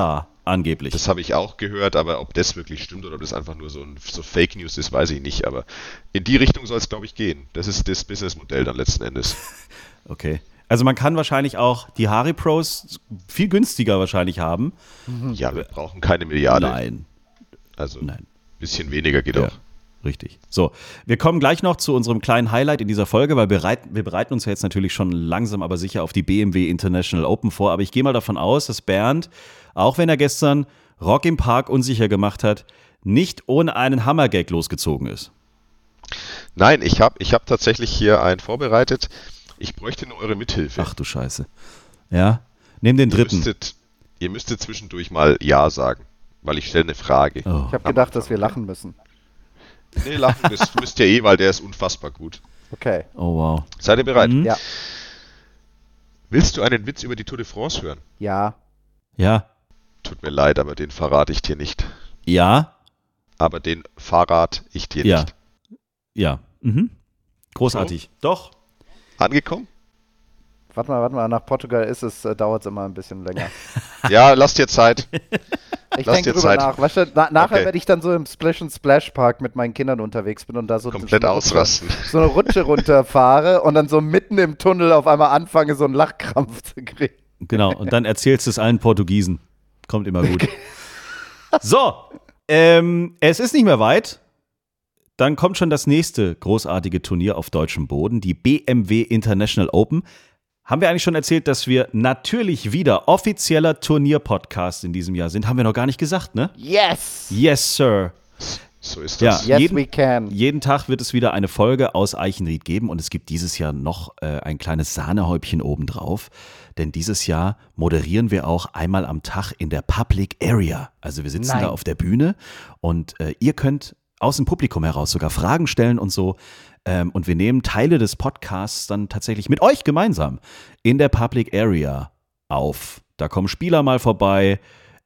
Angeblich. Das habe ich auch gehört, aber ob das wirklich stimmt oder ob das einfach nur so Fake News ist, weiß ich nicht. Aber in die Richtung soll es, glaube ich, gehen. Das ist das Businessmodell dann letzten Endes. Okay. Also man kann wahrscheinlich auch die Harry-Pros viel günstiger wahrscheinlich haben. Ja, wir brauchen keine Milliarde. Nein. Also Nein. ein bisschen weniger geht Ja. auch. Richtig. So, wir kommen gleich noch zu unserem kleinen Highlight in dieser Folge, weil wir bereiten uns ja jetzt natürlich schon langsam, aber sicher auf die BMW International Open vor. Aber ich gehe mal davon aus, dass Bernd, auch wenn er gestern Rock im Park unsicher gemacht hat, nicht ohne einen Hammergag losgezogen ist. Nein, ich hab tatsächlich hier einen vorbereitet. Ich bräuchte nur eure Mithilfe. Ach du Scheiße. Ja, nimm den dritten. Ihr müsstet zwischendurch mal Ja sagen, weil ich stelle eine Frage. Oh. Ich habe gedacht, dass wir lachen müssen. Nee, lachen müsst ihr weil der ist unfassbar gut. Okay. Oh wow. Seid ihr bereit? Mhm. Ja. Willst du einen Witz über die Tour de France hören? Ja. Ja. Tut mir leid, aber den verrate ich dir nicht. Ja. Aber den verrate ich dir Ja. nicht. Ja. Mhm. Großartig. Doch. Angekommen? Warte mal, nach Portugal dauert es immer ein bisschen länger. Ja, lass dir Zeit. Ich Lass denke dir drüber Zeit. nach. Weißt du, nachher Okay. werde ich dann so im Splash Park mit meinen Kindern unterwegs bin und da so Komplett eine ausrasten. so eine Rutsche runterfahre und dann so mitten im Tunnel auf einmal anfange, so einen Lachkrampf zu kriegen. Genau. Und dann erzählst du es allen Portugiesen. Kommt immer gut. So. Es ist nicht mehr weit. Dann kommt schon das nächste großartige Turnier auf deutschem Boden, die BMW International Open. Haben wir eigentlich schon erzählt, dass wir natürlich wieder offizieller Turnier-Podcast in diesem Jahr sind? Haben wir noch gar nicht gesagt, ne? Yes! Yes, Sir. So ist Ja. das. Yes, we can. Jeden Tag wird es wieder eine Folge aus Eichenried geben und es gibt dieses Jahr noch ein kleines Sahnehäubchen obendrauf, denn dieses Jahr moderieren wir auch einmal am Tag in der Public Area. Also wir sitzen Nein. da auf der Bühne und ihr könnt aus dem Publikum heraus sogar Fragen stellen und so. Und wir nehmen Teile des Podcasts dann tatsächlich mit euch gemeinsam in der Public Area auf. Da kommen Spieler mal vorbei.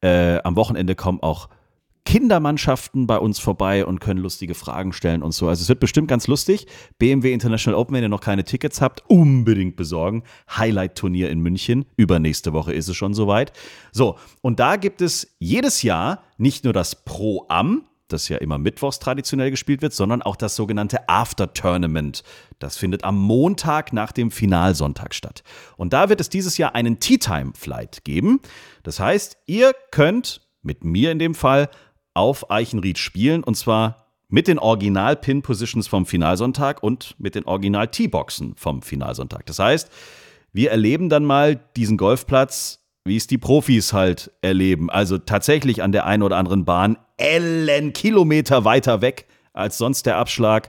Am Wochenende kommen auch Kindermannschaften bei uns vorbei und können lustige Fragen stellen und so. Also es wird bestimmt ganz lustig. BMW International Open, wenn ihr noch keine Tickets habt, unbedingt besorgen. Highlight-Turnier in München. Übernächste Woche ist es schon soweit. So, und da gibt es jedes Jahr nicht nur das Pro-Am, das ja immer mittwochs traditionell gespielt wird, sondern auch das sogenannte After-Tournament. Das findet am Montag nach dem Finalsonntag statt. Und da wird es dieses Jahr einen Tea-Time-Flight geben. Das heißt, ihr könnt mit mir in dem Fall auf Eichenried spielen und zwar mit den Original-Pin-Positions vom Finalsonntag und mit den Original-Tee-Boxen vom Finalsonntag. Das heißt, wir erleben dann mal diesen Golfplatz, wie es die Profis halt erleben. Also tatsächlich an der einen oder anderen Bahn Kilometer weiter weg als sonst der Abschlag.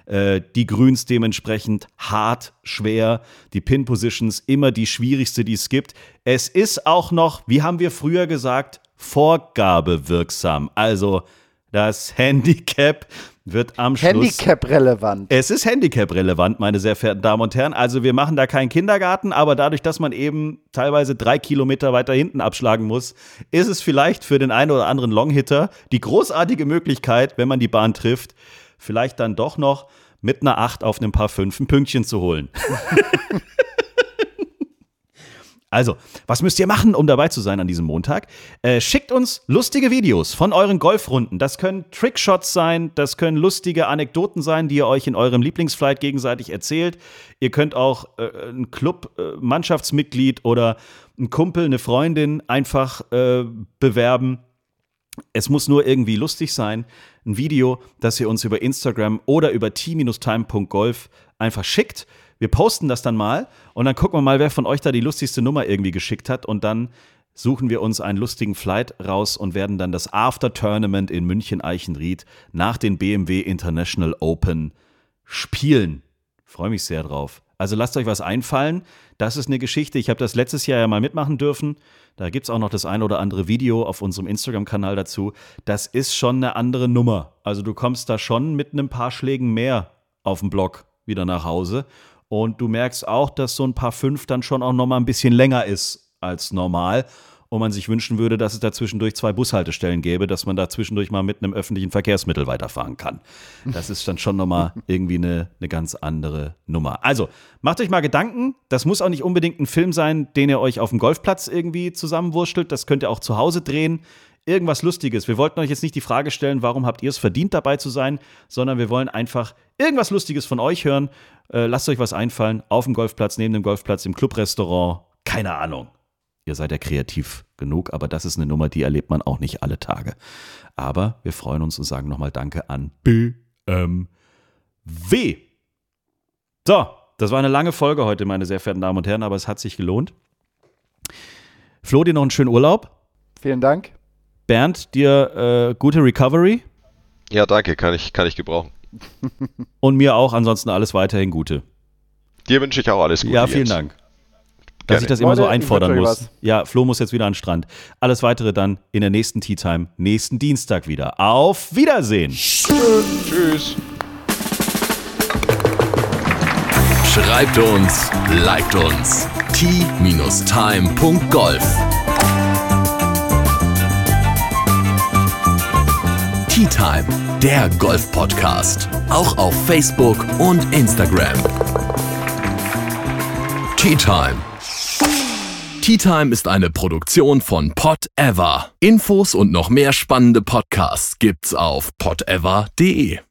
Die Grüns dementsprechend hart, schwer. Die Pin-Positions immer die schwierigste, die es gibt. Es ist auch noch, wie haben wir früher gesagt, vorgabewirksam. Also das Handicap wird am Schluss... Handicap-relevant. Es ist Handicap-relevant, meine sehr verehrten Damen und Herren. Also wir machen da keinen Kindergarten, aber dadurch, dass man eben teilweise 3 Kilometer weiter hinten abschlagen muss, ist es vielleicht für den einen oder anderen Longhitter die großartige Möglichkeit, wenn man die Bahn trifft, vielleicht dann doch noch mit einer 8 auf einem Paar 5 ein Pünktchen zu holen. Also, was müsst ihr machen, um dabei zu sein an diesem Montag? Schickt uns lustige Videos von euren Golfrunden. Das können Trickshots sein, das können lustige Anekdoten sein, die ihr euch in eurem Lieblingsflight gegenseitig erzählt. Ihr könnt auch ein Club-Mannschaftsmitglied oder ein Kumpel, eine Freundin einfach bewerben. Es muss nur irgendwie lustig sein. Ein Video, das ihr uns über Instagram oder über t-time.golf einfach schickt. Wir posten das dann mal und dann gucken wir mal, wer von euch da die lustigste Nummer irgendwie geschickt hat und dann suchen wir uns einen lustigen Flight raus und werden dann das After-Tournament in München-Eichenried nach den BMW International Open spielen. Freue mich sehr drauf. Also lasst euch was einfallen. Das ist eine Geschichte. Ich habe das letztes Jahr ja mal mitmachen dürfen. Da gibt es auch noch das ein oder andere Video auf unserem Instagram-Kanal dazu. Das ist schon eine andere Nummer. Also du kommst da schon mit einem paar Schlägen mehr auf dem Block wieder nach Hause. Und du merkst auch, dass so ein Paar 5 dann schon auch noch mal ein bisschen länger ist als normal. und man sich wünschen würde, dass es da zwischendurch 2 Bushaltestellen gäbe, dass man da zwischendurch mal mit einem öffentlichen Verkehrsmittel weiterfahren kann. Das ist dann schon nochmal irgendwie eine ganz andere Nummer. Also, macht euch mal Gedanken. Das muss auch nicht unbedingt ein Film sein, den ihr euch auf dem Golfplatz irgendwie zusammenwurschtelt. Das könnt ihr auch zu Hause drehen. Irgendwas Lustiges. Wir wollten euch jetzt nicht die Frage stellen, warum habt ihr es verdient, dabei zu sein, sondern wir wollen einfach irgendwas Lustiges von euch hören. Lasst euch was einfallen. Auf dem Golfplatz, neben dem Golfplatz, im Clubrestaurant. Keine Ahnung. Ihr seid ja kreativ genug, aber das ist eine Nummer, die erlebt man auch nicht alle Tage. Aber wir freuen uns und sagen nochmal Danke an BMW. So, das war eine lange Folge heute, meine sehr verehrten Damen und Herren, aber es hat sich gelohnt. Flo, dir noch einen schönen Urlaub. Vielen Dank. Bernd, dir gute Recovery. Ja, danke, kann ich gebrauchen. Und mir auch, ansonsten alles weiterhin Gute. Dir wünsche ich auch alles Gute. Ja, vielen Jens. Dank. Dass ich das immer Leute, so einfordern ich wünsche euch muss. was. Ja, Flo muss jetzt wieder an den Strand. Alles weitere dann in der nächsten Tea Time, nächsten Dienstag wieder. Auf Wiedersehen. Tschüss. Schreibt uns, liked uns. t-time.golf. Tea Time, der Golf-Podcast. Auch auf Facebook und Instagram. Tea Time. Tea Time ist eine Produktion von Pod Ever. Infos und noch mehr spannende Podcasts gibt's auf podever.de.